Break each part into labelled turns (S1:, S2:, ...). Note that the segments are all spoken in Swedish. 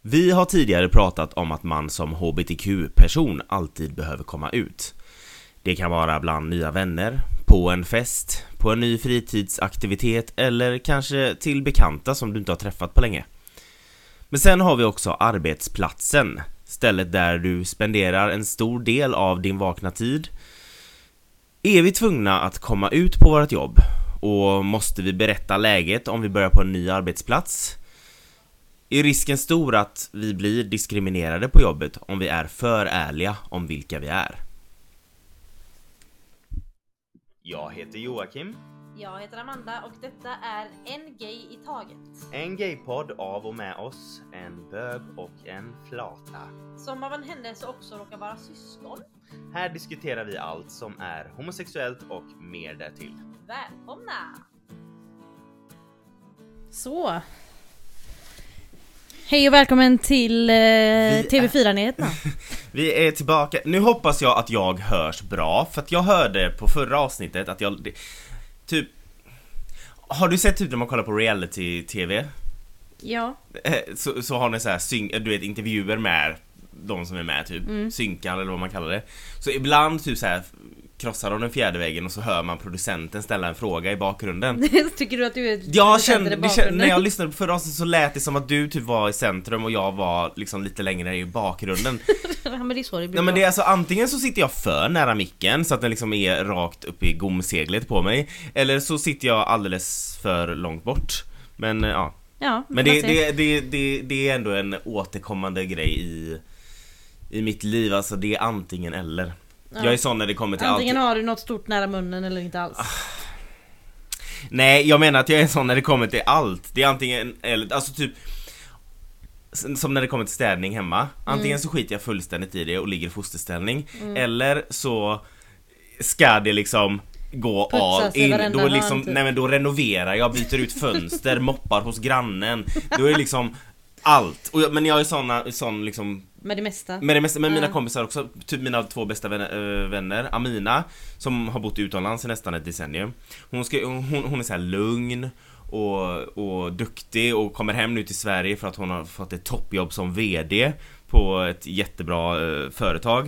S1: Vi har tidigare pratat om att man som hbtq-person alltid behöver komma ut. Det kan vara bland nya vänner, på en fest, på en ny fritidsaktivitet eller kanske till bekanta som du inte har träffat på länge. Men sen har vi också arbetsplatsen, stället där du spenderar en stor del av din vakna tid. Är vi tvungna att komma ut på vårt jobb och måste vi berätta läget om vi börjar på en ny arbetsplats? Är risken stor att vi blir diskriminerade på jobbet om vi är för ärliga om vilka vi är? Jag heter Joakim.
S2: Jag heter Amanda och detta är En Gay i Taget.
S1: En gaypodd av och med oss, en bög och en flata.
S2: Som av en händelse också råkar vara syskon.
S1: Här diskuterar vi allt som är homosexuellt och mer därtill.
S2: Välkomna!
S3: Så. Hej och välkommen till TV4-nyheterna.
S1: Vi är tillbaka. Nu hoppas jag att jag hörs bra. För att jag hörde på förra avsnittet att jag... Typ... Har du sett typ när man kollar på reality-tv?
S3: Ja.
S1: Så har ni så här du vet, intervjuer med de som är med typ. Synkar eller vad man kallar det. Så ibland typ så här... krossar de den fjärde väggen och så hör man producenten ställa en fråga i bakgrunden.
S3: Tycker du att du är
S1: jag kände när jag lyssnade på förra avsnittet så lät det som att du typ var i centrum och jag var liksom lite längre i bakgrunden.
S3: Ja, men det är så det blir.
S1: Nej, men det är alltså antingen så sitter jag för nära micken så att den liksom är rakt upp i gomseglet på mig, eller så sitter jag alldeles för långt bort. Men ja. Men det är ändå en återkommande grej i mitt liv, alltså det är antingen eller. Jag är sån när det kommer till
S3: antingen har du något stort nära munnen eller inte alls.
S1: Nej, jag menar att jag är sån när det kommer till allt. Det är antingen eller, alltså typ som när det kommer till städning hemma. Antingen så skiter jag fullständigt i det och ligger i fosterställning, eller så ska det liksom gå av in, då liksom typ. Nej, men då renoverar jag, byter ut fönster, moppar hos grannen. Då är det liksom allt. Men jag är sån liksom
S3: med det mesta.
S1: Men mina kompisar också, typ mina två bästa vänner, Amina, som har bott utomlands i nästan ett decennium. Hon är så här lugn och duktig och kommer hem nu till Sverige för att hon har fått ett toppjobb som vd på ett jättebra företag.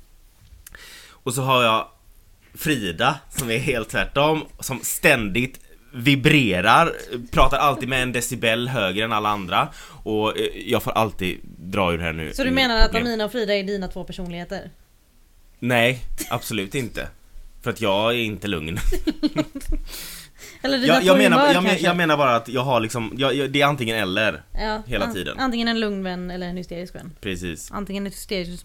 S1: Och så har jag Frida som är helt tvärtom, som ständigt vibrerar, pratar alltid med en decibel högre än alla andra. Och jag får alltid dra ur här nu.
S3: Så du menar att Amina och Frida är dina två personligheter?
S1: Nej, absolut inte. För att jag är inte lugn.
S3: Eller
S1: jag menar bara att jag har liksom det är antingen eller hela tiden.
S3: Antingen en lugn vän eller en hysterisk vän.
S1: Precis.
S3: Antingen ett hysteriskt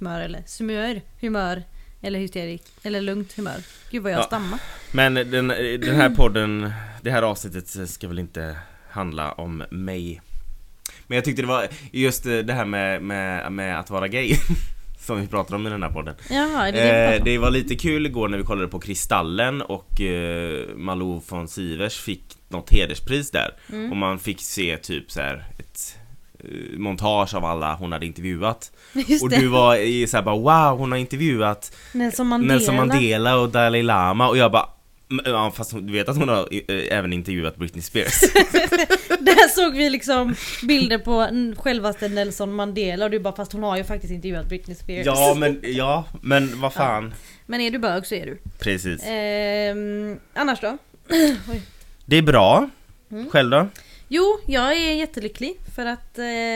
S3: humör eller hysterik eller lugnt humör. Gud vad jag stammar. Men
S1: den här podden, det här avsnittet ska väl inte handla om mig. Men jag tyckte det var just det här med att vara gay som vi pratade om i den här podden.
S3: Jaha,
S1: det var lite kul igår när vi kollade på Kristallen och Malou von Sivers fick något hederspris där. Och man fick se typ så här ett montage av alla hon hade intervjuat. Och du var i så här bara wow, hon har intervjuat Nelson Mandela och Dalai Lama, och jag bara ja, fast du vet att hon har även intervjuat Britney Spears.
S3: Där såg vi liksom bilder på självaste Nelson Mandela och du bara, fast hon har ju faktiskt intervjuat Britney Spears.
S1: Ja, men vad fan.
S3: Ja. Men är du bög så är du.
S1: Precis.
S3: Annars då? Oj.
S1: Det är bra. Själv då?
S3: Jo, jag är jättelycklig för att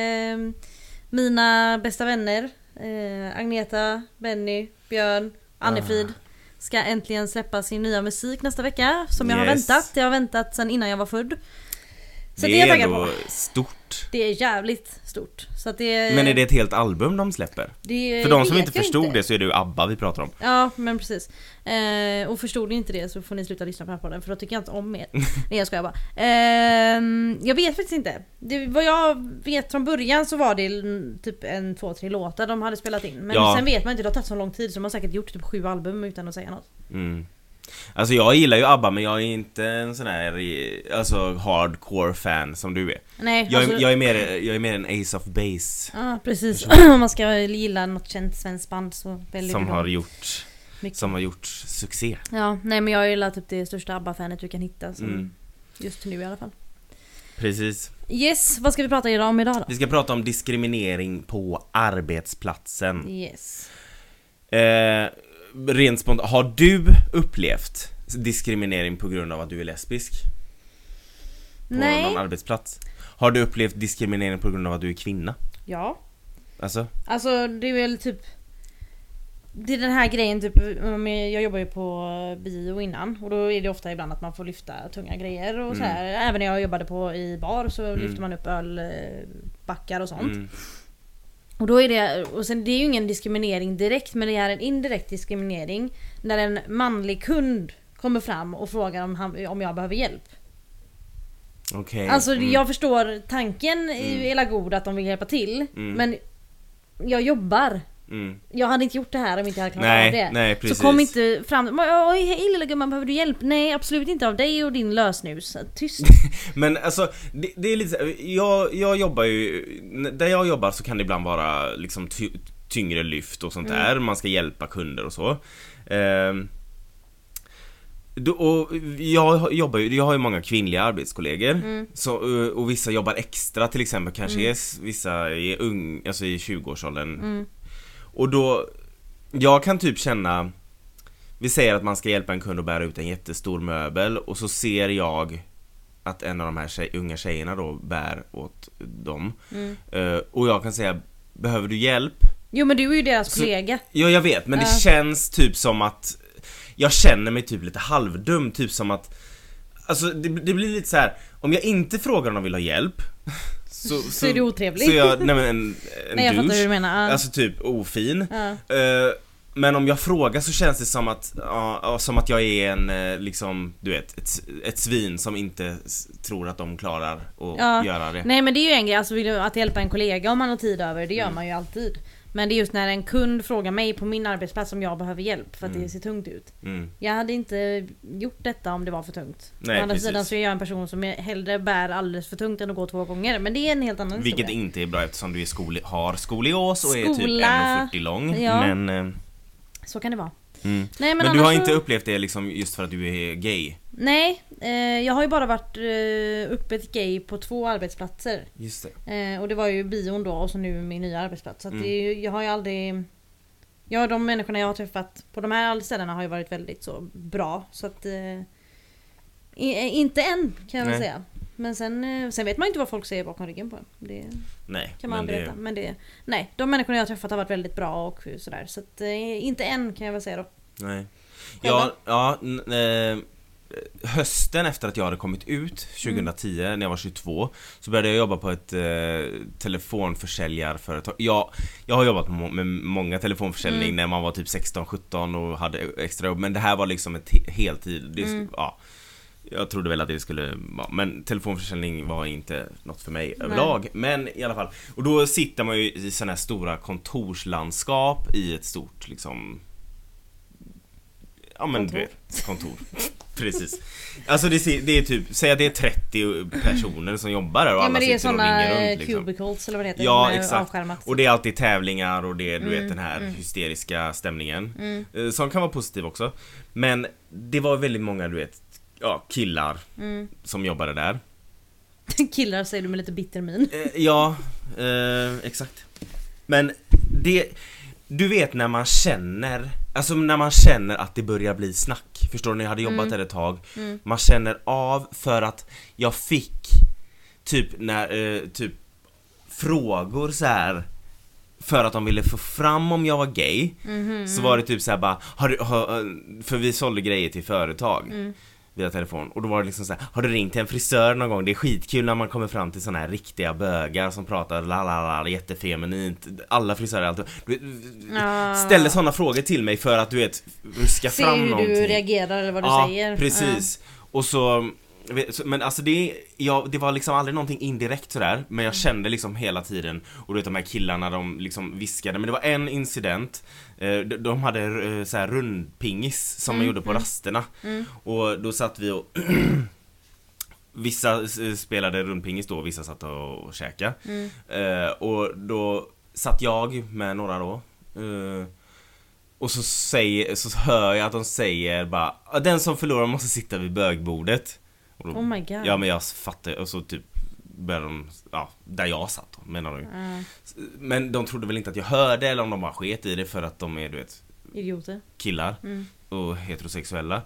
S3: mina bästa vänner Agneta, Benny, Björn, Annefrid ska äntligen släppa sin nya musik nästa vecka, som jag har väntat. Jag har väntat sedan innan jag var född. Så det är ändå
S1: stort.
S3: Det är jävligt stort. Så att
S1: men är det ett helt album de släpper? För de som inte förstod det så är det ju ABBA vi pratar om.
S3: Ja, men precis. Och förstod ni inte det så får ni sluta lyssna på den här podden, för då tycker jag inte om er. Nej, jag skojar bara. Jag vet faktiskt inte. Vad jag vet från början så var det typ 2-3 låtar de hade spelat in. Men sen vet man inte, det har tagit så lång tid så de har säkert gjort typ 7 album utan att säga något.
S1: Alltså jag gillar ju ABBA, men jag är inte en sån här hardcore fan som du är.
S3: Nej,
S1: jag är mer en Ace of Base.
S3: Ja, precis. Om man ska gilla något känt svenskt band så väldigt
S1: som har gjort succé.
S3: Ja, nej, men jag gillar typ det största ABBA-fanet du kan hitta som just nu i alla fall.
S1: Precis.
S3: Yes, vad ska vi prata om idag då?
S1: Vi ska prata om diskriminering på arbetsplatsen.
S3: Yes.
S1: Rent spontant, har du upplevt diskriminering på grund av att du är lesbisk? På
S3: Nej.
S1: någon arbetsplats? Har du upplevt diskriminering på grund av att du är kvinna?
S3: Ja.
S1: Alltså
S3: Det är väl typ... Det är den här grejen typ, jag jobbar ju på bio innan och då är det ofta ibland att man får lyfta tunga grejer och så här. Även när jag jobbade i bar så lyfter man upp ölbackar och sånt. Och då är det, och sen det är ju ingen diskriminering direkt, men det är en indirekt diskriminering när en manlig kund kommer fram och frågar om jag behöver hjälp.
S1: okej.
S3: Alltså jag förstår tanken i hela god att de vill hjälpa till, men jag jobbar. Jag hade inte gjort det här om inte jag hade klarat av det.
S1: Nej, precis.
S3: Så kom inte fram. Oj, hej lilla gumman, behöver du hjälp? Nej, absolut inte av dig och din lösnus. Tyst.
S1: Men alltså det är lite så, jag jobbar ju där jag jobbar, så kan det ibland vara liksom tyngre lyft och sånt där. Man ska hjälpa kunder och så. Och jag har ju många kvinnliga arbetskollegor så, och vissa jobbar extra, till exempel kanske vissa är alltså i 20-årsåldern. Och då jag kan typ känna, vi säger att man ska hjälpa en kund att bära ut en jättestor möbel, och så ser jag att en av de här unga tjejerna då bär åt dem. Och jag kan säga, behöver du hjälp?
S3: Jo, men du är ju deras kollega.
S1: Ja, jag vet, men det känns typ som att jag känner mig typ lite halvdum, typ som att alltså det blir lite så här, om jag inte frågar om de vill ha hjälp så
S3: är det otrevligt.
S1: Så jag, nej men en
S3: nej, jag fattar hur du menar.
S1: Alltså typ ofin. Men om jag frågar så känns det som att jag är en liksom, du vet, ett svin som inte tror att de klarar att göra det.
S3: Nej, men det är ju en grej, alltså att hjälpa en kollega om man har tid över, det gör man ju alltid. Men det är just när en kund frågar mig på min arbetsplats om jag behöver hjälp för att det ser tungt ut. Jag hade inte gjort detta om det var för tungt.
S1: Nej,
S3: å andra sidan så är jag en person som hellre bär alldeles för tungt än att gå 2 gånger. Men det är en helt annan
S1: Vilket
S3: historia.
S1: inte är bra eftersom du är har skolios och är typ
S3: Skola.
S1: 1,40 lång.
S3: Ja.
S1: Men
S3: så kan det vara.
S1: men
S3: Nej,
S1: du har
S3: annars
S1: inte upplevt det liksom just för att du är gay?
S3: Nej, jag har ju bara varit öppet gay på 2 arbetsplatser.
S1: Just det.
S3: Och det var ju bion då och så nu min nya arbetsplats. Så att jag har ju aldrig... Ja, de människorna jag har träffat på de här ställena har ju varit väldigt så bra. Så att... inte än kan jag väl säga. Men sen vet man inte vad folk säger bakom ryggen på. Det
S1: Nej,
S3: kan man aldrig veta. Men nej, de människorna jag har träffat har varit väldigt bra och sådär. Så att, inte än kan jag väl säga då.
S1: Nej.
S3: Själva?
S1: Hösten efter att jag hade kommit ut 2010 när jag var 22 så började jag jobba på ett telefonförsäljarföretag. Jag har jobbat med många telefonförsäljning när man var typ 16-17 och hade extra jobb, men det här var liksom ett heltid. Jag trodde väl att det skulle vara, men telefonförsäljning var inte något för mig överlag. Men i alla fall, och då sitter man ju i sådana här stora kontorslandskap i ett stort liksom, ja men kontor. Du vet, kontor. Precis. Alltså det är typ, säg att det är 30 personer som jobbar där och alla sitter och ringer runt liksom.
S3: Cubicles eller vad det heter.
S1: Ja, exakt.
S3: Avskärmat.
S1: Och det är alltid tävlingar och det är du vet den här hysteriska stämningen. Som kan vara positiv också. Men det var väldigt många du vet, killar som jobbade där.
S3: Killar säger du med lite bitter min.
S1: Exakt. Men du vet när man känner att det börjar bli snack. Förstår du, när jag hade jobbat där ett tag. Man känner av för att jag fick typ frågor så här för att de ville få fram om jag var gay. Så var det typ så här bara för vi sålde grejer till företag via telefon. Och då var det liksom så här: har du ringt till en frisör någon gång? Det är skitkul när man kommer fram till såna här riktiga bögar som pratar lalala, jättefeminint. Alla frisörer alltid ställer såna frågor till mig för att du vet ruska fram
S3: hur
S1: någonting.
S3: du reagerar eller vad du säger.
S1: Ja, precis. Och så men alltså det var liksom aldrig någonting indirekt sådär, men jag kände liksom hela tiden, och du vet de här killarna de liksom viskade, men det var en incident, de hade så här rundpingis som man gjorde på rasterna, och då satt vi och vissa spelade rundpingis då, vissa satt och käkade, och då satt jag med några då, och så hör jag att de säger bara, den som förlorar måste sitta vid bögbordet. Då,
S3: oh my god.
S1: Ja, men jag fattar, och så typ började de, där jag satt då, menar de. Men de trodde väl inte att jag hörde, eller om de bara sket i det för att de är, du vet,
S3: idioter,
S1: killar och heterosexuella.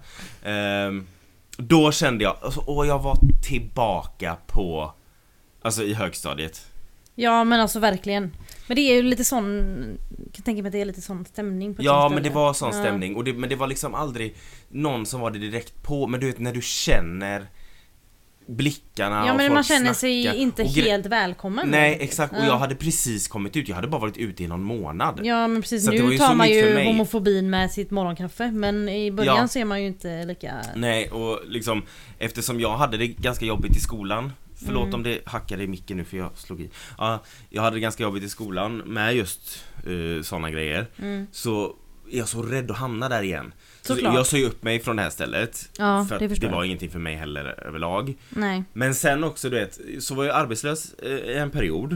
S1: Då kände jag, alltså, jag var tillbaka på, alltså i högstadiet.
S3: Ja, men alltså verkligen. Men det är ju lite sån, jag kan tänka mig att det är lite sån stämning på
S1: Ja, men det var sån stämning och men det var liksom aldrig någon som var det direkt på, men du vet när du känner blickarna.
S3: Ja,
S1: och
S3: men
S1: folk
S3: man känner
S1: snackar,
S3: sig inte helt välkommen.
S1: Nej, exakt, och jag hade precis kommit ut. Jag hade bara varit ute i någon månad.
S3: Ja, men precis,
S1: så
S3: nu tar man ju homofobin med sitt morgonkaffe. Men i början ser man ju inte lika.
S1: Nej, och liksom eftersom jag hade det ganska jobbigt i skolan. Förlåt om det hackade i micken nu för jag slog i. Ja, jag hade det ganska jobbigt i skolan med just såna grejer. Så är jag så rädd att hamna där igen. Så jag sa ju upp mig från det här stället.
S3: Ja,
S1: för att det var ingenting för mig heller överlag.
S3: Nej.
S1: Men sen också, du vet, så var jag arbetslös i en period.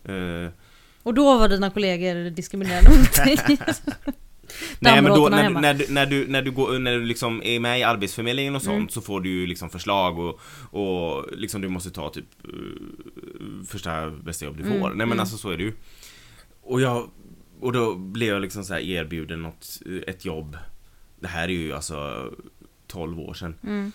S3: Och då var dina kollegor diskriminerade mot dig.
S1: Nej, men då när du liksom är med i arbetsförmedlingen och sånt så får du ju liksom förslag och liksom du måste ta typ första bästa jobb du får. Nej, men alltså så är det ju. Och då blev jag liksom så här erbjuden ett jobb. Det här är ju alltså 12 år sedan.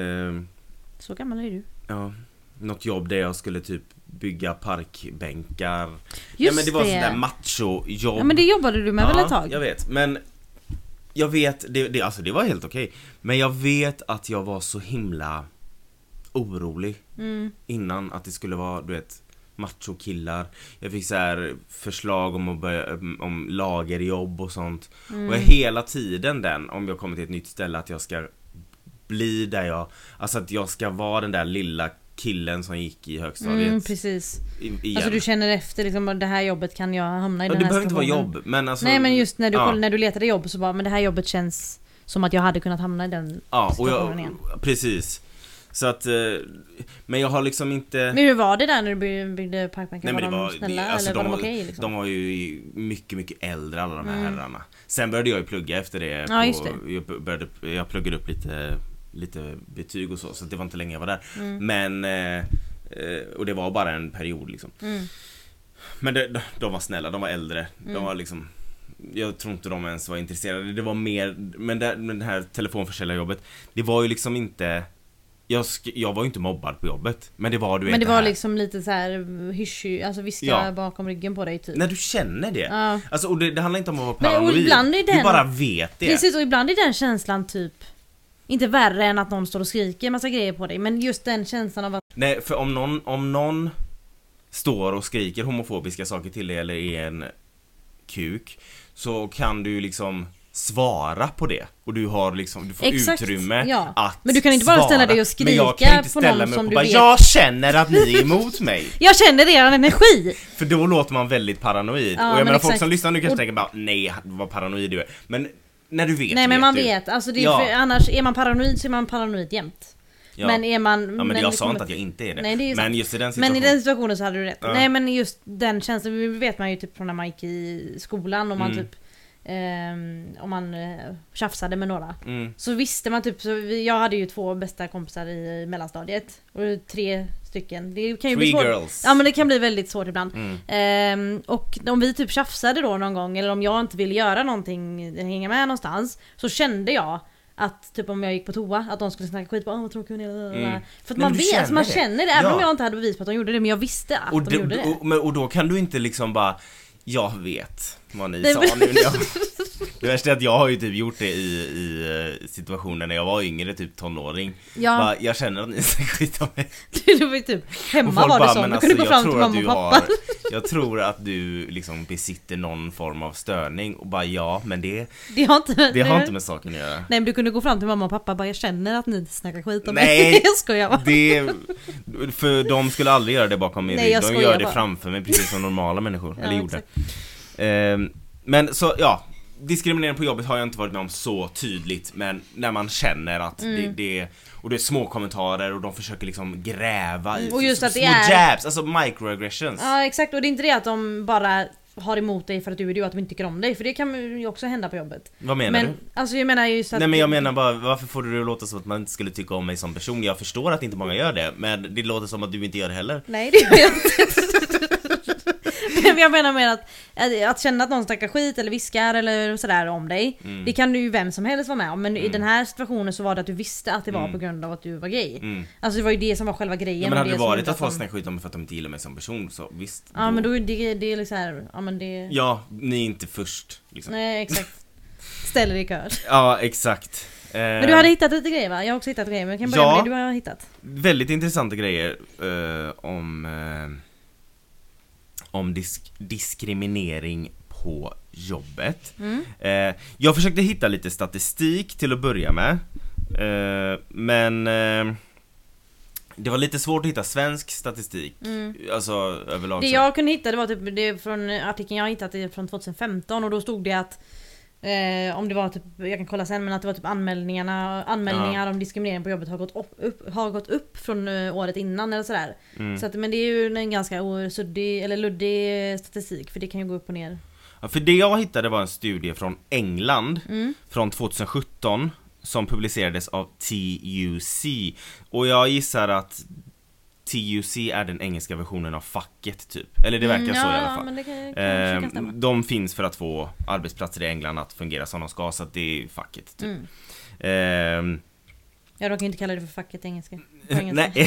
S3: Så gammal är du.
S1: Ja, något jobb där jag skulle typ bygga parkbänkar.
S3: Just
S1: men det var sådär macho-jobb.
S3: Ja, men det jobbade du med väl ett tag?
S1: Jag vet, men jag vet, alltså det var helt okej. Men jag vet att jag var så himla orolig innan att det skulle vara, du vet, macho-killar. Jag fick så här förslag om att börja om lagerjobb och sånt. Och jag hela tiden om jag kommer till ett nytt ställe att jag ska bli där alltså att jag ska vara den där lilla killen som gick i högstadiet.
S3: Precis. Alltså du känner efter liksom, det här jobbet kan jag hamna i den här
S1: det behöver inte vara jobb, men alltså,
S3: nej, men just när du letade jobb så bara, men det här jobbet känns som att jag hade kunnat hamna i den situationen igen.
S1: Precis. Så att men jag har liksom inte.
S3: Men hur var det där när du byggde parkbänkar? Var de snälla
S1: alltså
S3: eller var de okej liksom?
S1: De var ju mycket mycket äldre alla de här herrarna. Sen började jag ju plugga efter det, jag pluggade upp lite betyg och så det var inte länge jag var där. Men och det var bara en period liksom. Men de var snälla, de var äldre. De var liksom, jag tror inte de ens var intresserade. Det var mer, men det här telefonförsäljarjobbet, det var ju liksom inte. Jag var ju inte mobbad på jobbet. Men det var, du vet, men det var liksom lite så här hysch, alltså viska bakom ryggen på dig typ.
S3: När
S1: du känner det. Alltså, och det handlar inte om att vara paranoid. Du bara vet det.
S3: Precis, och ibland är den känslan typ inte värre än att någon står och skriker en massa grejer på dig, men just den känslan av att.
S1: Nej, för om någon står och skriker homofobiska saker till dig eller är en kuk, så kan du liksom svara på det. Och du har liksom, du får utrymme att. Men du kan inte bara ställa dig och skrika på någon som du vet. Jag känner att ni är emot mig.
S3: Jag känner er energi.
S1: För då låter man väldigt paranoid. Och jag menar, folk som lyssnar nu kanske tänker bara, nej, vad paranoid du är. Men när du vet.
S3: Nej, men man vet. Alltså det är annars är man paranoid så är man paranoid jämt.
S1: Ja.
S3: Men är man.
S1: Ja, men jag sa inte att jag inte är det.
S3: Nej, det är
S1: men just i den situationen.
S3: Men i den situationen så hade du rätt. Nej, men just den känslan vet man ju typ från när man gick i skolan och man typ om man tjafsade med några så visste man typ, så jag hade ju 2 bästa kompisar i mellanstadiet och 3 stycken. Det kan ju bli svårt.
S1: Girls.
S3: Ja, men det kan bli väldigt svårt ibland. Och om vi typ tjafsade då någon gång, eller om jag inte ville göra någonting, hänga med någonstans, så kände jag att typ om jag gick på toa att de skulle snacka skit på vad tråkigt hon är. För att man vet, man känner det även om jag inte hade bevis på att de gjorde det, men jag visste att de gjorde det.
S1: Och då kan du inte liksom bara, jag vet vad ni sa nu. Det värsta är att jag har ju typ gjort det i situationer när jag var yngre, typ tonåring. Bara, jag känner att ni ska skita om mig.
S3: Du var ju typ hemma var det så. Du kunde gå fram till mamma och pappa.
S1: Jag tror att du liksom besitter någon form av störning. Och bara men det har inte med saken att göra. Nej,
S3: men du kunde gå fram till mamma och pappa. Bara, jag känner att ni snackar skit om mig.
S1: Nej,
S3: jag skojar.
S1: För de skulle aldrig göra det bakom min rygg. De gör det framför mig precis som normala människor. Eller gjorde. Men så, diskriminering på jobbet har jag inte varit med om så tydligt, men när man känner att det och det är små kommentarer och de försöker liksom gräva i
S3: och just att
S1: små jabs, alltså microaggressions.
S3: Ja, exakt, och det är inte det att de bara har emot dig för att du är du, att de inte tycker om dig. För det kan ju också hända på jobbet.
S1: Vad menar du?
S3: Alltså jag menar ju så att...
S1: Nej men jag menar bara, varför får du det att låta som att man inte skulle tycka om mig som person? Jag förstår att inte många gör det, men det låter som att du inte gör det heller.
S3: Nej, det gör jag inte. Men jag menar mer att känna att någon snackar skit eller viskar eller sådär om dig. Det kan ju vem som helst vara med om. Men i den här situationen så var det att du visste att det var på grund av att du var gay. Alltså det var ju det som var själva grejen.
S1: Ja, men hade
S3: det
S1: det varit att folk snackar skit om mig för att de inte gillar mig som person, så visst.
S3: Ja, men då är det liksom här, ja men det...
S1: Ja, ni är inte först liksom.
S3: Nej, exakt. Ställer dig i kör.
S1: Ja, exakt.
S3: Men du hade hittat lite grejer va? Jag har också hittat grejer, men jag kan börja med det du har hittat.
S1: Väldigt intressanta grejer om diskriminering på jobbet. Jag försökte hitta lite statistik till att börja med. Men det var lite svårt att hitta svensk statistik. Alltså överlag.
S3: Det jag kunde hitta, det var typ det från artikeln jag hittade, det från 2015. Och då stod det att om det var typ, jag kan kolla sen, men att det var typ anmälningar om diskriminering på jobbet har gått upp från året innan eller sådär. Så att, men det är ju en ganska suddig eller luddig statistik, för det kan ju gå upp och ner.
S1: Ja, för det jag hittade var en studie från England från 2017 som publicerades av TUC. Och jag gissar att TUC är den engelska versionen av facket typ. Eller det verkar så i alla fall.
S3: Men det kan stämma.
S1: De finns för att få arbetsplatser i England att fungera som de ska, så att det är facket typ.
S3: Ja, de kan ju inte kalla det för facket engelska.
S1: Nej.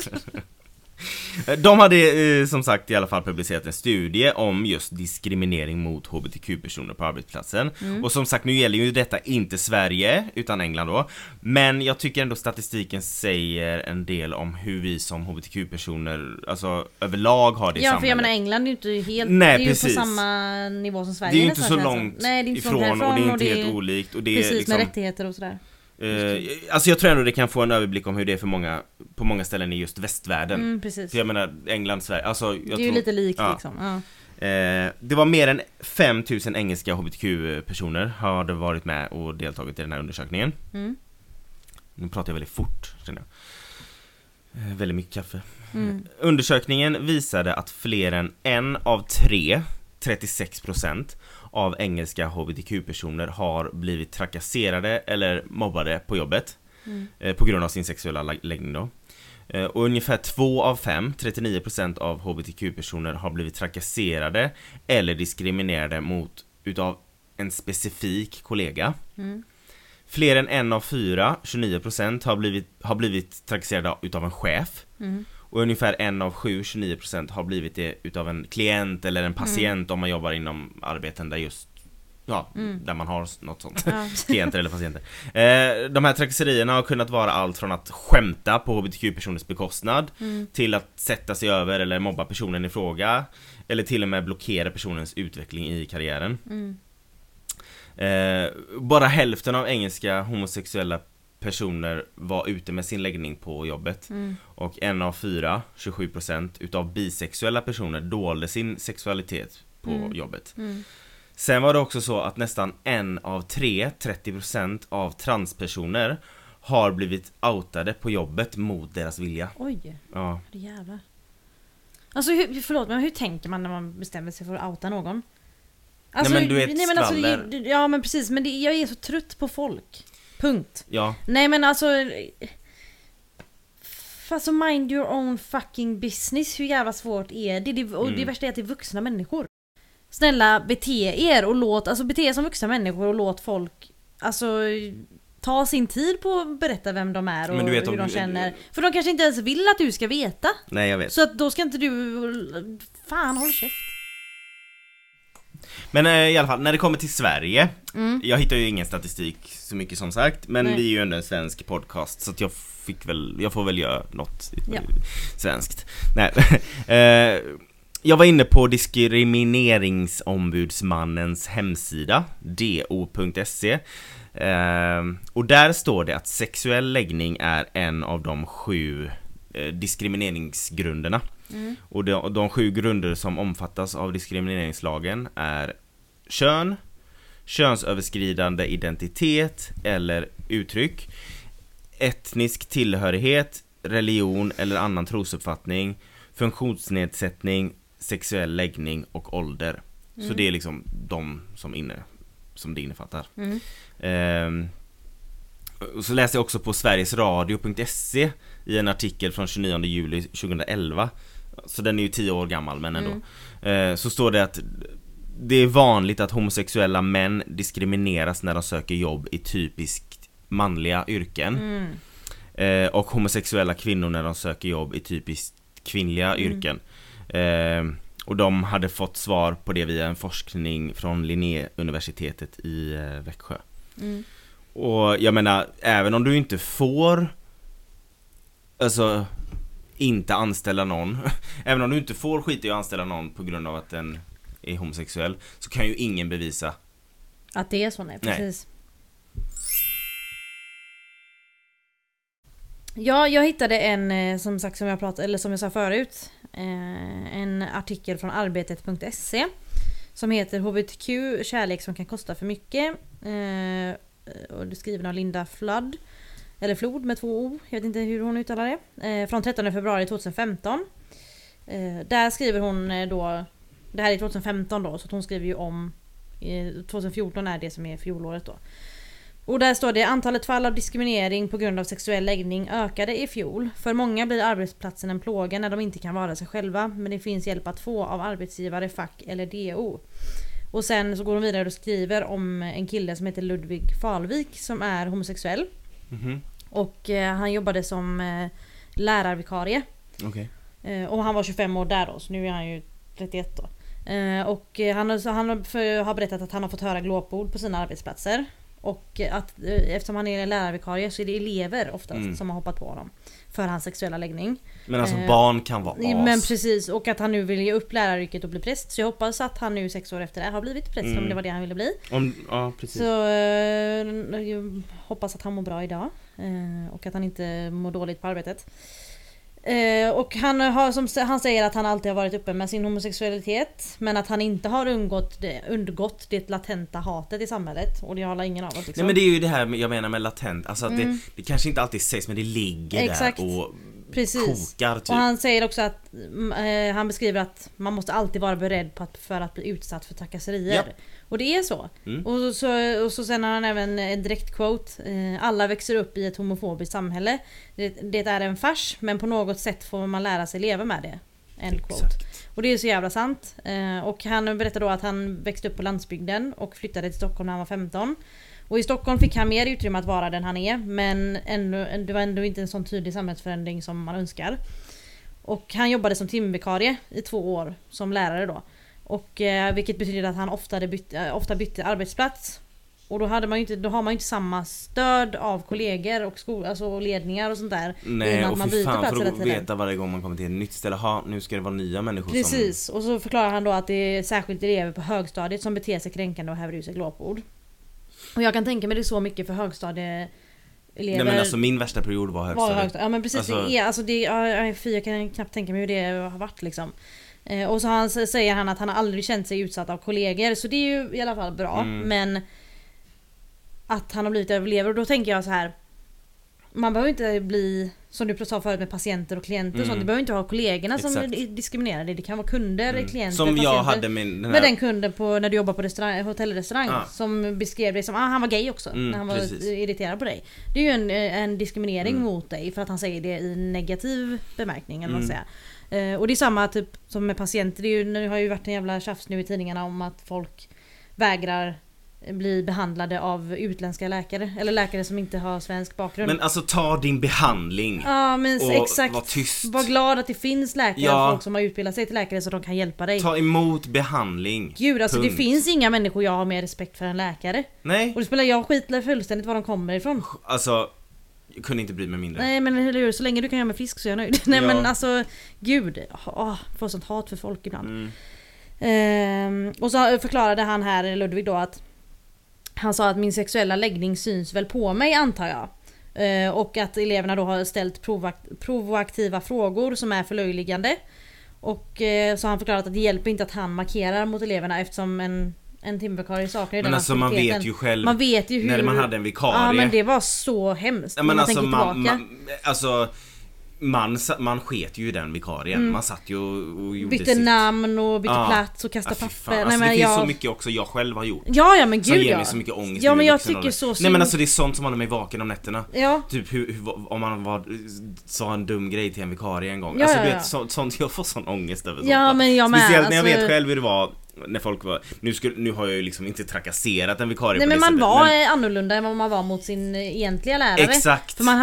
S1: De hade som sagt i alla fall publicerat en studie om just diskriminering mot HBTQ-personer på arbetsplatsen. Och som sagt, nu gäller ju detta inte Sverige utan England då. Men jag tycker ändå statistiken säger en del om hur vi som HBTQ-personer alltså överlag har det i samhället.
S3: Ja, för jag menar England är ju inte helt...
S1: Nej,
S3: det är
S1: precis.
S3: ju på samma nivå som Sverige.
S1: Det är ju inte så långt
S3: Nej, det är inte
S1: ifrån
S3: härifrån,
S1: och det är inte helt olikt. Och det
S3: precis,
S1: är liksom,
S3: med rättigheter och sådär.
S1: Alltså jag tror ändå det kan få en överblick om hur det är för på många ställen i just västvärlden.
S3: Precis.
S1: För jag menar England, Sverige, alltså
S3: det är ju lite likt liksom. Ja.
S1: Det var mer än 5000 engelska HBTQ-personer hade varit med och deltagit i den här undersökningen. Nu pratar jag väldigt fort, känner jag. Väldigt mycket kaffe. Undersökningen visade att fler än 1 av 3, 36% av engelska HBTQ-personer har blivit trakasserade eller mobbade på jobbet på grund av sin sexuella läggning då. Och ungefär 2 av 5, 39% av HBTQ-personer har blivit trakasserade eller diskriminerade utav en specifik kollega. Fler än 1 av 4, 29% har blivit trakasserade utav en chef. Och ungefär 1 av 7, 29% har blivit det utav en klient eller en patient om man jobbar inom arbeten där just där man har något sånt. Klienter eller patienter. De här trakasserierna har kunnat vara allt från att skämta på HBTQ-personers bekostnad till att sätta sig över eller mobba personen i fråga, eller till och med blockera personens utveckling i karriären. Bara hälften av engelska homosexuella personer var ute med sin läggning på jobbet. Och 1 av 4, 27% utav bisexuella personer dolde sin sexualitet på jobbet. Sen var det också så att nästan 1 av 3, 30% av transpersoner har blivit outade på jobbet mot deras vilja.
S3: Oj,
S1: ja.
S3: Det jävlar. Alltså förlåt, men hur tänker man när man bestämmer sig för att outa någon? Alltså,
S1: nej men du vet skvaller.
S3: Alltså, ja men precis, men jag är så trött på folk. Punkt.
S1: Ja.
S3: Nej men alltså mind your own fucking business. Hur jävla svårt är det? Och det värsta är att det är vuxna människor. Snälla, bete er och bete er som vuxna människor och låt folk ta sin tid på att berätta vem de är och hur de känner. För de kanske inte ens vill att du ska veta.
S1: Nej, jag vet.
S3: Så att då ska inte du... Fan, håll käft.
S1: Men i alla fall, när det kommer till Sverige, jag hittar ju ingen statistik så mycket som sagt, men vi är ju ändå en svensk podcast, så att jag får väl göra något svenskt. Nej. Jag var inne på diskrimineringsombudsmannens hemsida, do.se, och där står det att sexuell läggning är en av de 7 diskrimineringsgrunderna. Och de 7 grunder som omfattas av diskrimineringslagen är kön, könsöverskridande identitet eller uttryck, etnisk tillhörighet, religion eller annan trosuppfattning, funktionsnedsättning, sexuell läggning och ålder. Så det är liksom de som det innefattar. Och så läste jag också på sverigesradio.se i en artikel från 29 juli 2011. Så den är ju 10 år gammal, men ändå. Så står det att det är vanligt att homosexuella män diskrimineras när de söker jobb i typiskt manliga yrken. Och homosexuella kvinnor när de söker jobb i typiskt kvinnliga yrken. Och de hade fått svar på det via en forskning från Linnéuniversitetet i Växjö. Och jag menar, även om du inte får inte anställa någon även om du inte får skita i att anställa någon på grund av att den är homosexuell, så kan ju ingen bevisa
S3: att det är så. Nej, precis. Ja, jag hittade en som jag sa förut, en artikel från arbetet.se som heter HBTQ, kärlek som kan kosta för mycket, och det är skriven av Linda Flood, eller Flod med 2 O, jag vet inte hur hon uttalar det, från 13 februari 2015. Där skriver hon då, det här är 2015 då, så att hon skriver ju om 2014 är det som är fjolåret då. Och där står det: antalet fall av diskriminering på grund av sexuell läggning ökade i fjol. För många blir arbetsplatsen en plåga när de inte kan vara sig själva, men det finns hjälp att få av arbetsgivare, fack eller DO. Och sen så går de vidare och skriver om en kille som heter Ludvig Falvik som är homosexuell. Och han jobbade som lärarvikarie. Och han var 25 år där då, så nu är han ju 31 då. Och han har berättat att han har fått höra glåpord på sina arbetsplatser. Och att eftersom han är lärarvikarie så är det elever oftast som har hoppat på honom för hans sexuella läggning.
S1: Men alltså barn kan vara as.
S3: Men precis, och att han nu vill ge upp läraryrket och bli präst. Så jag hoppas att han nu 6 år efter det har blivit präst, om det var det han ville bli.
S1: Ja, precis.
S3: Så jag hoppas att han mår bra idag, och att han inte mår dåligt på arbetet. Och han säger att han alltid har varit uppe med sin homosexualitet, men att han inte har undgått det latenta hatet i samhället. Och det har ingen av oss liksom.
S1: Nej, men det är ju det här jag menar med latent. Alltså att det kanske inte alltid sägs, men det ligger
S3: exakt
S1: där och
S3: precis.
S1: Kokar typ.
S3: Och han säger också att han beskriver att man måste alltid vara beredd för att bli utsatt för trakasserier.
S1: Ja.
S3: Och det är så. Och så sen har han även en direkt quote: alla växer upp i ett homofobiskt samhälle. Det är en fars, men på något sätt får man lära sig leva med det. End quote. Och det är så jävla sant. Och han berättar då att han växte upp på landsbygden och flyttade till Stockholm när han var 15. Och i Stockholm fick han mer utrymme att vara den han är, men det var ändå inte en sån tydlig samhällsförändring som man önskar. Och han jobbade som timvikarie i 2 år som lärare då. Och vilket betyder att han ofta bytte arbetsplats. Och då har man ju inte samma stöd av kollegor och och ledningar och sånt där.
S1: Nej,
S3: att
S1: och
S3: man
S1: för fan, för att
S3: tiden.
S1: veta varje gång man kommer till ett nytt ställe, nu ska det vara nya människor.
S3: Precis, och så förklarar han då att det är särskilt elever på högstadiet som beter sig kränkande och häver ut sig glåpord. Och jag kan tänka mig det så mycket för högstadieelever.
S1: Nej, men alltså min värsta period var högstadiet.
S3: Ja, men precis, jag kan knappt tänka mig hur det har varit liksom. Och så säger han att han har aldrig känt sig utsatt av kollegor, så det är ju i alla fall bra. Men att han har blivit överlevare, och då tänker jag så här: man behöver inte bli, som du sa förut med patienter och klienter och sånt, det behöver inte ha kollegorna som diskriminerar det. Det kan vara kunder, klienter,
S1: som
S3: patienter.
S1: Jag hade med
S3: den kunden när du jobbar på hotellrestaurang som beskrev dig som han var gay också när han var irriterad på dig. Det är ju en diskriminering mot dig för att han säger det i negativ bemärkning eller vad man säger. Och det är samma typ som med patienter. Det har ju varit en jävla tjafs nu i tidningarna om att folk vägrar bli behandlade av utländska läkare eller läkare som inte har svensk bakgrund.
S1: Men alltså ta din behandling.
S3: Ja, men
S1: och
S3: exakt.
S1: var tyst.
S3: Var glad att det finns läkare och folk som har utbildat sig till läkare så att de kan hjälpa dig.
S1: Ta emot behandling.
S3: Gud, alltså det finns inga människor jag har mer respekt för än läkare.
S1: Nej.
S3: Och det spelar jag skitlar fullständigt var de kommer ifrån.
S1: Alltså jag kunde inte bry mig mindre.
S3: Nej, men hur, så länge du kan göra mig frisk så är jag nöjd. Nej, men alltså gud, får sånt hat för folk ibland. Och så förklarade han här, Ludvig då, att han sa att min sexuella läggning syns väl på mig, antar jag. Och att eleverna då har ställt provoaktiva frågor som är förlöjligande. Och så har han förklarat att det hjälper inte att han markerar mot eleverna eftersom en timvikarie saknar ju den
S1: alltså man vet ju själv.
S3: Man vet ju hur,
S1: när man hade en vikarie.
S3: Ja, men det var så hemskt.
S1: Ja, men alltså man sket ju i den vikarien. Man satt ju och gjorde
S3: bytte namn och bytte plats och kastade papper.
S1: Alltså, det finns så mycket också jag själv har gjort.
S3: Ja men gud,
S1: som ger mig så mycket ångest.
S3: Ja men jag tycker så.
S1: Nej men alltså det är sånt som håller mig vaken om nätterna.
S3: Ja.
S1: Typ om man sa en dum grej till en vikarie en gång.
S3: Ja,
S1: alltså
S3: ja,
S1: du
S3: ja.
S1: vet sånt jag får sån ångest över.
S3: Ja
S1: sånt,
S3: men jag med.
S1: Speciellt när jag
S3: alltså...
S1: vet själv hur det var när folk var nu har jag ju liksom inte trakasserat en vikarie.
S3: Nej
S1: på
S3: men
S1: det
S3: man
S1: sättet,
S3: var annorlunda än vad man var mot sin egentliga lärare.
S1: Exakt.
S3: För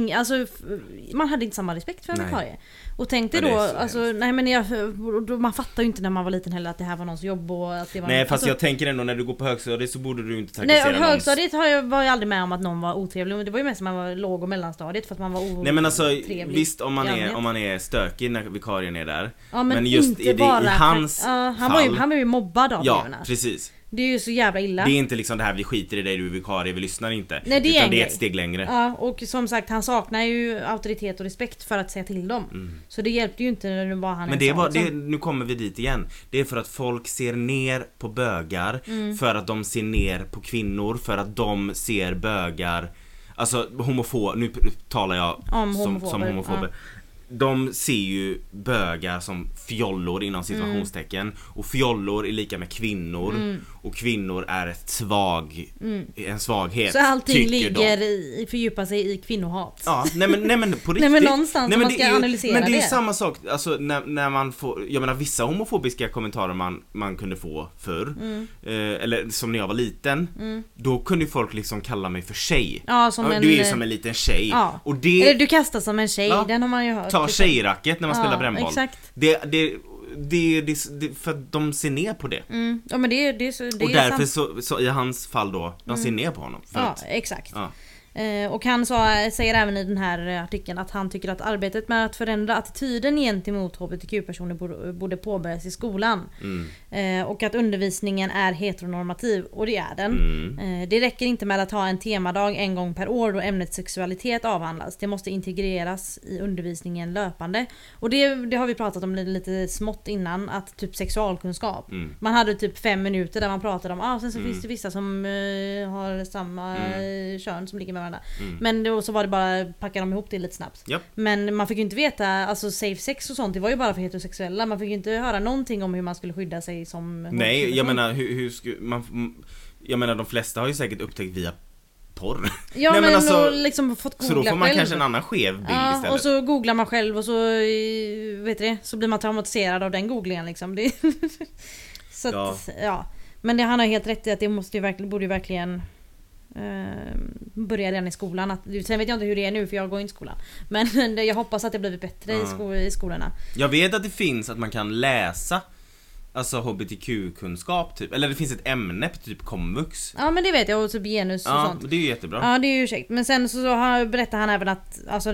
S3: man hade inte samma respekt för en vikarie. Och tänkte då, alltså, nej men man fattar ju inte när man var liten heller att det här var någons jobb och att det var
S1: nej fast
S3: alltså,
S1: jag tänker ändå när du går på högstadiet så borde du inte trakassera
S3: nej, högstadiet var jag aldrig med om att någon var otrevlig. Men det var ju mest när man var låg- och mellanstadiet för att man var otrevlig. Nej
S1: men alltså visst om man är stökig när vikarien är där.
S3: Ja, men
S1: just
S3: inte
S1: i hans
S3: han
S1: fall,
S3: var ju mobbad av eleverna.
S1: Ja, precis.
S3: Det är ju så jävla illa.
S1: Det är inte liksom det här vi skiter i dig, du är vikarie, vi lyssnar inte.
S3: Nej, det är
S1: utan det är ett steg längre.
S3: Ja, och som sagt han saknar ju auktoritet och respekt för att säga till dem. Så det hjälpte ju inte när det var han.
S1: Men nu kommer vi dit igen. Det är för att folk ser ner på bögar, för att de ser ner på kvinnor, för att de ser bögar. Alltså nu talar jag som homofober. De ser ju bögar som fjollor inom situationstecken. Och fjollor är lika med kvinnor. Och kvinnor är en svaghet.
S3: Så allting ligger fördjupar sig i kvinnohat.
S1: Ja, nej men på riktigt.
S3: Nej men någonstans man ska analysera det.
S1: Men det är samma sak, alltså när man får, jag menar vissa homofobiska kommentarer man kunde få förr. Eller som när jag var liten. Då kunde folk liksom kalla mig för tjej. Ja, du är ju som en liten tjej. Ja. Och
S3: eller du kastar som en tjej, den har man ju hört.
S1: Ta tjejracket när man spelar brännboll.
S3: Exakt.
S1: Det för att de ser ner på det.
S3: Ja men det
S1: och därför så i hans fall då de ser ner på honom för att,
S3: exakt. Ja. Och han säger även i den här artikeln att han tycker att arbetet med att förändra attityden gentemot hbtq-personer borde påbörjas i skolan. Och att undervisningen är heteronormativ, och det är den. Det räcker inte med att ha en temadag en gång per år då ämnet sexualitet avhandlas. Det måste integreras i undervisningen löpande. Och det har vi pratat om lite smått innan, att typ sexualkunskap. Man hade typ 5 minuter där man pratade om sen så finns det vissa som har samma kön som ligger med varandra. Men då så var det bara packa dem ihop det lite snabbt. Yep. Men man fick ju inte veta, alltså safe sex och sånt, det var ju bara för heterosexuella. Man fick ju inte höra någonting om hur man skulle skydda sig som.
S1: Nej, jag menar hur skulle man, jag menar de flesta har ju säkert upptäckt via porr.
S3: Ja,
S1: nej,
S3: men
S1: alltså,
S3: liksom fått googla.
S1: Så då får man
S3: själv.
S1: kanske en annan skev bild istället.
S3: Och så googlar man själv och så så blir man traumatiserad av den googlingen liksom. Så att, men han har helt rätt i att det borde ju verkligen börja redan i skolan. Sen vet jag inte hur det är nu för jag går inte i skolan. Men jag hoppas att det blivit bättre i skolorna.
S1: Jag vet att det finns att man kan läsa alltså hbtq-kunskap typ. Eller det finns ett ämne typ komvux.
S3: Ja men det vet jag, och typ genus och sånt.
S1: Ja, det är ju jättebra.
S3: Ja, det är ju ursäkt. Men sen så berättar han även att alltså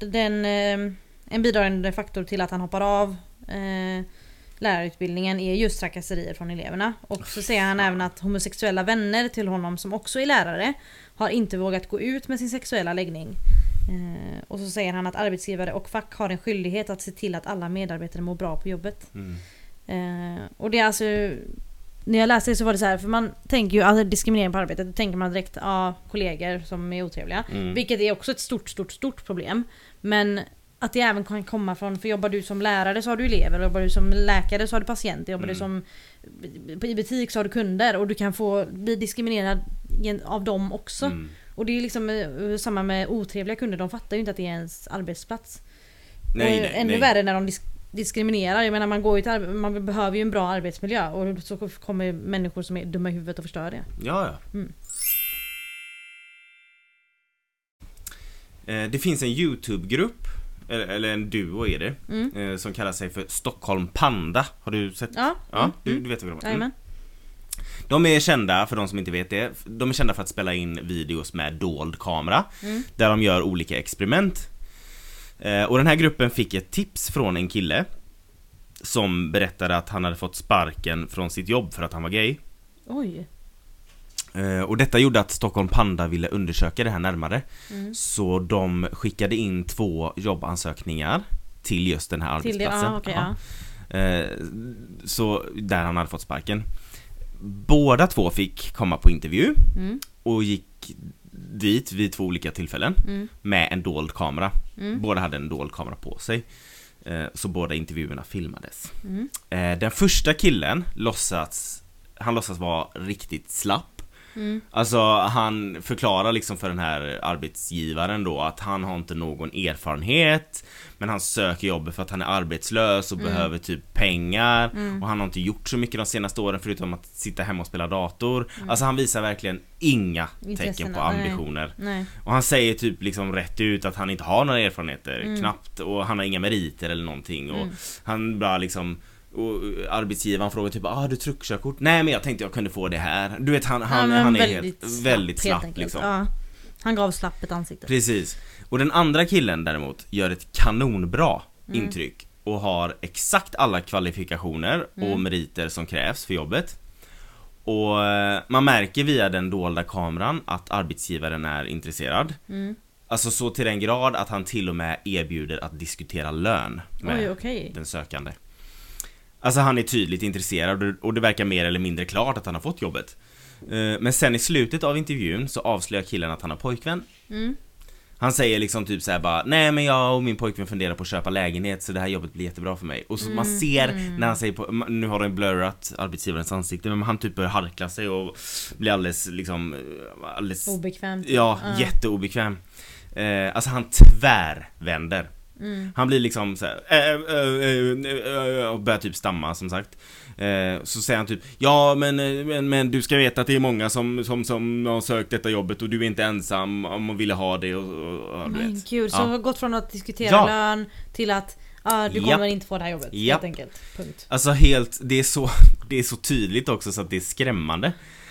S3: en bidragande faktor till att han hoppar av lärarutbildningen är just trakasserier från eleverna. Och så säger han även att homosexuella vänner till honom som också är lärare har inte vågat gå ut med sin sexuella läggning. Och så säger han att arbetsgivare och fack har en skyldighet att se till att alla medarbetare mår bra på jobbet. Och det är alltså, när jag läste det så var det så här, för man tänker ju alltså, diskriminering på arbetet, då tänker man direkt kollegor som är otrevliga, vilket är också ett stort problem. Men att det även kan komma från, för jobbar du som lärare så har du elever, jobbar du som läkare så har du patienter, jobbar du som i butik så har du kunder, och du kan få bli diskriminerad av dem också. Och det är liksom samma med otrevliga kunder, de fattar ju inte att det är ens arbetsplats. Nej, ännu värre när de diskriminerar. Jag menar man behöver ju en bra arbetsmiljö, och så kommer människor som är dumma i huvudet och förstör det.
S1: Ja. Det finns en YouTube-grupp eller en duo är det som kallar sig för Stockholm Panda. Har du sett? Ja. Du vet vad de är. De är kända, för de som inte vet det, de är kända för att spela in videos med dold kamera där de gör olika experiment. Och den här gruppen fick ett tips från en kille som berättade att han hade fått sparken från sitt jobb för att han var gay.
S3: Oj.
S1: Och detta gjorde att Stockholm Panda ville undersöka det här närmare. Så de skickade in 2 jobbansökningar till just den här arbetsplatsen. Så där han hade fått sparken. Båda 2 fick komma på intervju och gick dit vid 2 olika tillfällen med en dold kamera. Båda hade en dold kamera på sig. Så båda intervjuerna filmades. Den första killen låtsas vara riktigt slapp. Alltså han förklarar liksom för den här arbetsgivaren då att han har inte någon erfarenhet, men han söker jobb för att han är arbetslös och behöver typ pengar, och han har inte gjort så mycket de senaste åren förutom att sitta hemma och spela dator. Alltså han visar verkligen inga tecken på ambitioner.
S3: Nej.
S1: Och han säger typ liksom rätt ut att han inte har några erfarenheter, knappt, och han har inga meriter eller någonting, och han bara liksom, och arbetsgivaren frågar typ, du truckkörkort? Nej, men jag tänkte jag kunde få det här. Du vet, han är väldigt slapp liksom.
S3: Ja. Han gav slapp ett ansikte.
S1: Precis. Och den andra killen däremot gör ett kanonbra intryck och har exakt alla kvalifikationer och meriter som krävs för jobbet. Och man märker via den dolda kameran att arbetsgivaren är intresserad. Alltså så till den grad att han till och med erbjuder att diskutera lön med den sökande. Alltså han är tydligt intresserad, och det verkar mer eller mindre klart att han har fått jobbet. Men sen i slutet av intervjun så avslöjar killen att han har pojkvän. Han säger liksom typ såhär bara, nej men jag och min pojkvän funderar på att köpa lägenhet, så det här jobbet blir jättebra för mig. Och så man ser när han säger nu har den blurrat arbetsgivarens ansikte, men han typ börjar harkla sig och blir alldeles liksom
S3: obekvämt.
S1: Ja, jätteobekväm. Alltså han tvärvänder. Han blir liksom så här, och börjar typ stamma som sagt. Så säger han typ, ja men du ska veta att det är många som har sökt detta jobbet, och du är inte ensam om man ville ha det, och
S3: men gud, så har gått från att diskutera lön till att du kommer inte få det här jobbet helt enkelt. Punkt.
S1: Alltså det är så tydligt också så att det är skrämmande.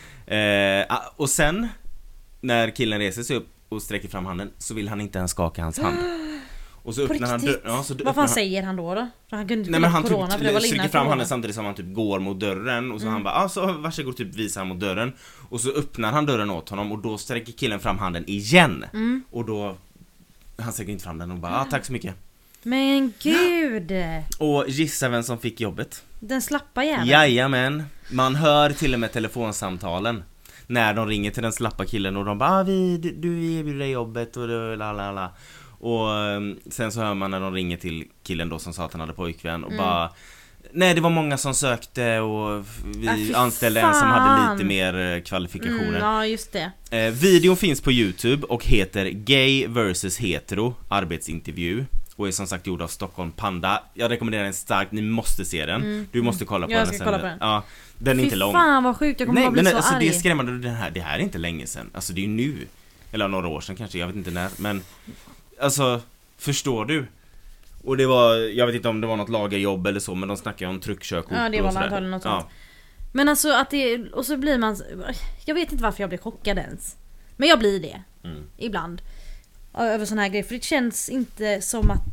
S1: Och sen när killen reser sig upp och sträcker fram handen så vill han inte ens skaka hans hand. Och så öppnar han dörren.
S3: Vad fan säger han då? För han kunde inte
S1: han
S3: corona,
S1: typ
S3: för det var
S1: sträcker fram
S3: corona.
S1: handen samtidigt som han typ går mot dörren. Och så han bara, så varsågod, typ visar han mot dörren. Och så öppnar han dörren åt honom, och då sträcker killen fram handen igen. Och då han sträcker inte fram den och bara, tack så mycket.
S3: Men gud.
S1: Och gissa vem som fick jobbet?
S3: Den slappa jäveln.
S1: Jajamän. Man hör till och med telefonsamtalen när de ringer till den slappa killen, och de bara, du erbjuder dig jobbet och lalala. Och sen så hör man när de ringer till killen då som sa att han hade pojkvän, och bara, nej, det var många som sökte, och vi anställde en som hade lite mer kvalifikationer.
S3: Ja, just det.
S1: Videon finns på YouTube och heter Gay vs hetero arbetsintervju, och är som sagt gjord av Stockholm Panda. Jag rekommenderar den starkt, ni måste se den. Du måste kolla på den sen.
S3: Kolla på den.
S1: Ja, den är inte lång.
S3: Fan vad sjukt, jag kommer bli så
S1: alltså,
S3: arg.
S1: det är skrämmande, det här är inte länge sedan. Alltså det är ju nu, eller några år sedan kanske, jag vet inte när, men alltså, förstår du? Och det var, jag vet inte om det var något lagerjobb eller så, men de snackade om truckkörkort.
S3: Ja, det var antagligen något sånt. Men alltså att det, och så blir man, jag vet inte varför jag blir chockad ens, men jag blir det ibland över sån här grejer, för det känns inte som att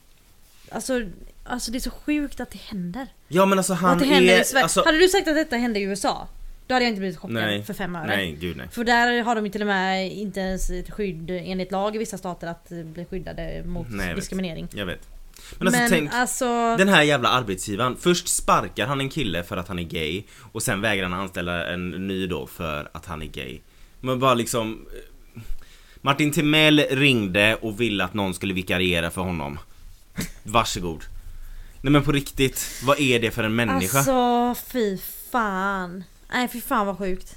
S3: alltså det är så sjukt att det händer.
S1: Ja, men alltså han
S3: är hade du sagt att detta hände i USA, då hade jag inte blivit chockad för 5 öre.
S1: Nej, gud nej.
S3: För där har de ju till och med inte ens ett skydd enligt lag i vissa stater att bli skyddade mot diskriminering.
S1: Jag vet. Men tänk, den här jävla arbetsgivaren, först sparkar han en kille för att han är gay, och sen vägrar han anställa en ny då för att han är gay. Men bara liksom, Martin Timell ringde och ville att någon skulle vikariera för honom. Varsågod. Nej, men på riktigt, vad är det för en människa?
S3: Alltså, fy fan. Nej, fy fan vad sjukt.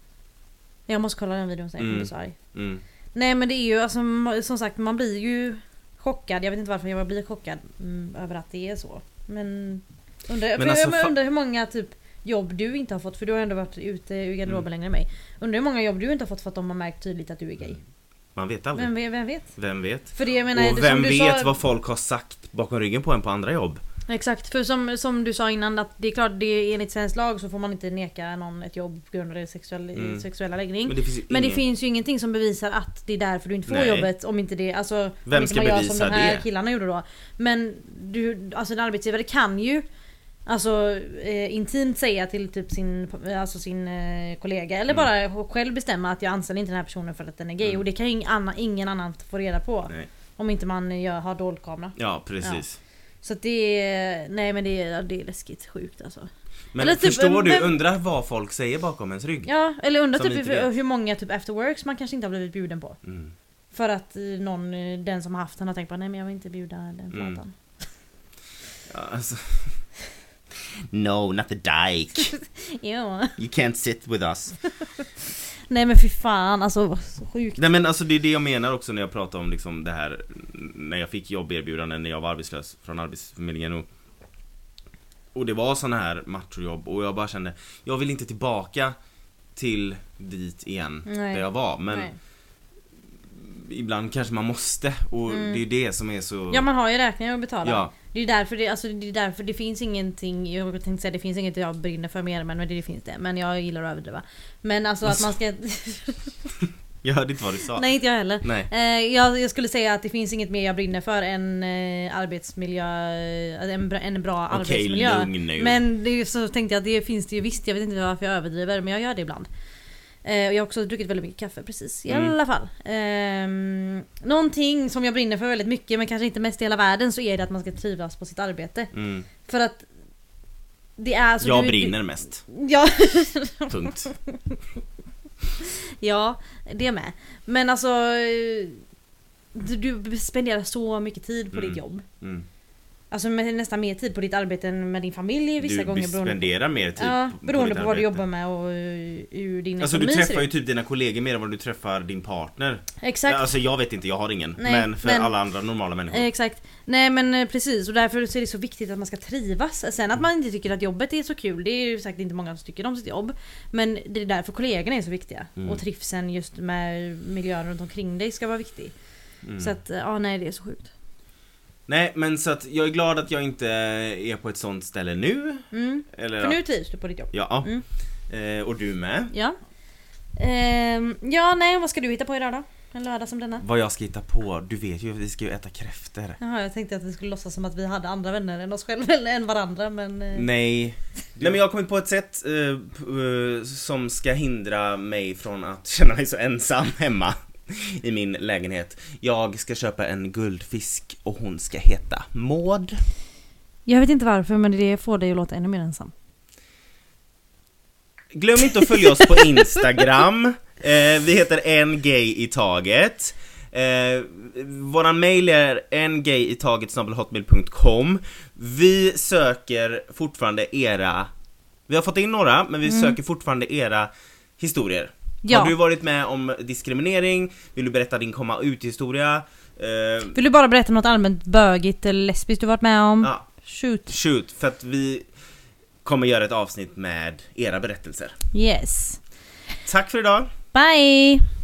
S3: Jag måste kolla den videon sen, jag blir så arg. Nej, men det är ju, alltså, som sagt, man blir ju chockad. Jag vet inte varför jag blir chockad över att det är så. Men jag undrar hur många typ jobb du inte har fått, för du har ändå varit ute i garderoben längre än mig. Undrar hur många jobb du inte har fått för att de har märkt tydligt att du är gay.
S1: Man vet aldrig. Vem vet?
S3: För det, jag menar,
S1: och vem vet vad folk har sagt bakom ryggen på en på andra jobb.
S3: Exakt, för som du sa innan, att det är klart, det är enligt svensk lag så får man inte neka någon ett jobb på grund av sexuella läggning. Men det finns ju ingenting som bevisar att det är därför du inte får jobbet, om inte det, alltså
S1: vem ska
S3: bevisa
S1: bevisa
S3: som de här
S1: det?
S3: killarna gjorde då. Men du, alltså en arbetsgivare kan ju alltså intimt säga till typ sin kollega, eller bara själv bestämma att jag anställer inte den här personen för att den är gay, och det kan ju ingen annan få reda på. Nej. Om inte man har dold kamera.
S1: Ja, precis.
S3: Så att det är, nej men det är läskigt sjukt alltså.
S1: Men
S3: Eller typ,
S1: förstår du, undrar vad folk säger bakom ens rygg.
S3: Ja, eller undrar
S1: Som
S3: typ
S1: inte vet.
S3: hur många typ afterworks man kanske inte har blivit bjuden på. För att den som har haft den har tänkt på nej men jag vill inte bjuda den flatan.
S1: Ja, alltså. No, not the dyke.
S3: Ja.
S1: You can't sit with us.
S3: Nej men fy fan, alltså så sjukt.
S1: Nej men alltså det är det jag menar också när jag pratar om liksom det här. När jag fick jobberbjudanden när jag var arbetslös från Arbetsförmedlingen och det var såna här machojobb och jag bara kände jag vill inte tillbaka till dit igen där jag var, men ibland kanske man måste och det är ju det som är så.
S3: Ja, man har ju räkningar att betala.
S1: Ja.
S3: Det är därför det finns ingenting, jag tänkte säga det finns inget jag brinner för mer men det finns det. Men jag gillar att överdriva. Men alltså att man ska
S1: Jag hörde inte vad du sa.
S3: Nej, inte jag heller.
S1: Nej.
S3: Jag skulle säga att det finns inget mer jag brinner för än arbetsmiljö, en bra arbetsmiljö.
S1: Lugn nu.
S3: Men det, så tänkte jag att det finns det ju visst, jag vet inte varför jag överdriver men jag gör det ibland. Jag har också druckit väldigt mycket kaffe precis i alla fall. Någonting som jag brinner för väldigt mycket men kanske inte mest i hela världen så är det att man ska trivas på sitt arbete. För att det är så
S1: jag brinner mest.
S3: Ja.
S1: Punkt.
S3: Ja, det med. Men alltså du spenderar så mycket tid på ditt jobb. Alltså med nästan mer tid på ditt arbete än med din familj vissa gånger.
S1: Du spenderar mer tid
S3: beroende på vad du
S1: arbete.
S3: jobbar med och hur din
S1: alltså
S3: ekonomi
S1: du träffar
S3: ser
S1: ju
S3: ut.
S1: typ dina kollegor mer än vad du träffar din partner.
S3: Exakt.
S1: Alltså jag vet inte, jag har ingen.
S3: Nej,
S1: men för
S3: men
S1: alla andra normala människor.
S3: Exakt. Nej men precis, och därför så är det så viktigt att man ska trivas. Sen att man inte tycker att jobbet är så kul, det är ju säkert inte många som tycker om sitt jobb. Men det är därför kollegorna är så viktiga. Och trivseln just med miljön runt omkring dig ska vara viktig. Så att, nej det är så sjukt.
S1: Nej, men så att jag är glad att jag inte är på ett sånt ställe nu. Eller,
S3: För nu trivs du på ditt jobb.
S1: Ja. Och du med.
S3: Ja. Ja, nej, vad ska du hitta på idag då? En lördag som denna?
S1: Vad jag ska hitta på, du vet ju att vi ska ju äta kräftor.
S3: Jaha, jag tänkte att vi skulle låtsas som att vi hade andra vänner än oss själva eller än varandra, men...
S1: Nej, men jag har kommit på ett sätt som ska hindra mig från att känna mig så ensam hemma i min lägenhet. Jag ska köpa en guldfisk och hon ska heta Maud.
S3: Jag vet inte varför, men det får dig att låta ännu mer ensam.
S1: Glöm inte att följa oss på Instagram. Vi heter En Gay i Taget. Våran mail är engayitaget@hotmail.com. Vi söker fortfarande era... Vi har fått in några, men vi söker fortfarande era historier. Ja. Har du varit med om diskriminering? Vill du berätta din komma ut historia?
S3: Vill du bara berätta något allmänt bögigt eller lesbiskt du varit med om?
S1: Ja. Shoot, för att vi kommer göra ett avsnitt med era berättelser.
S3: Yes.
S1: Tack för idag.
S3: Bye!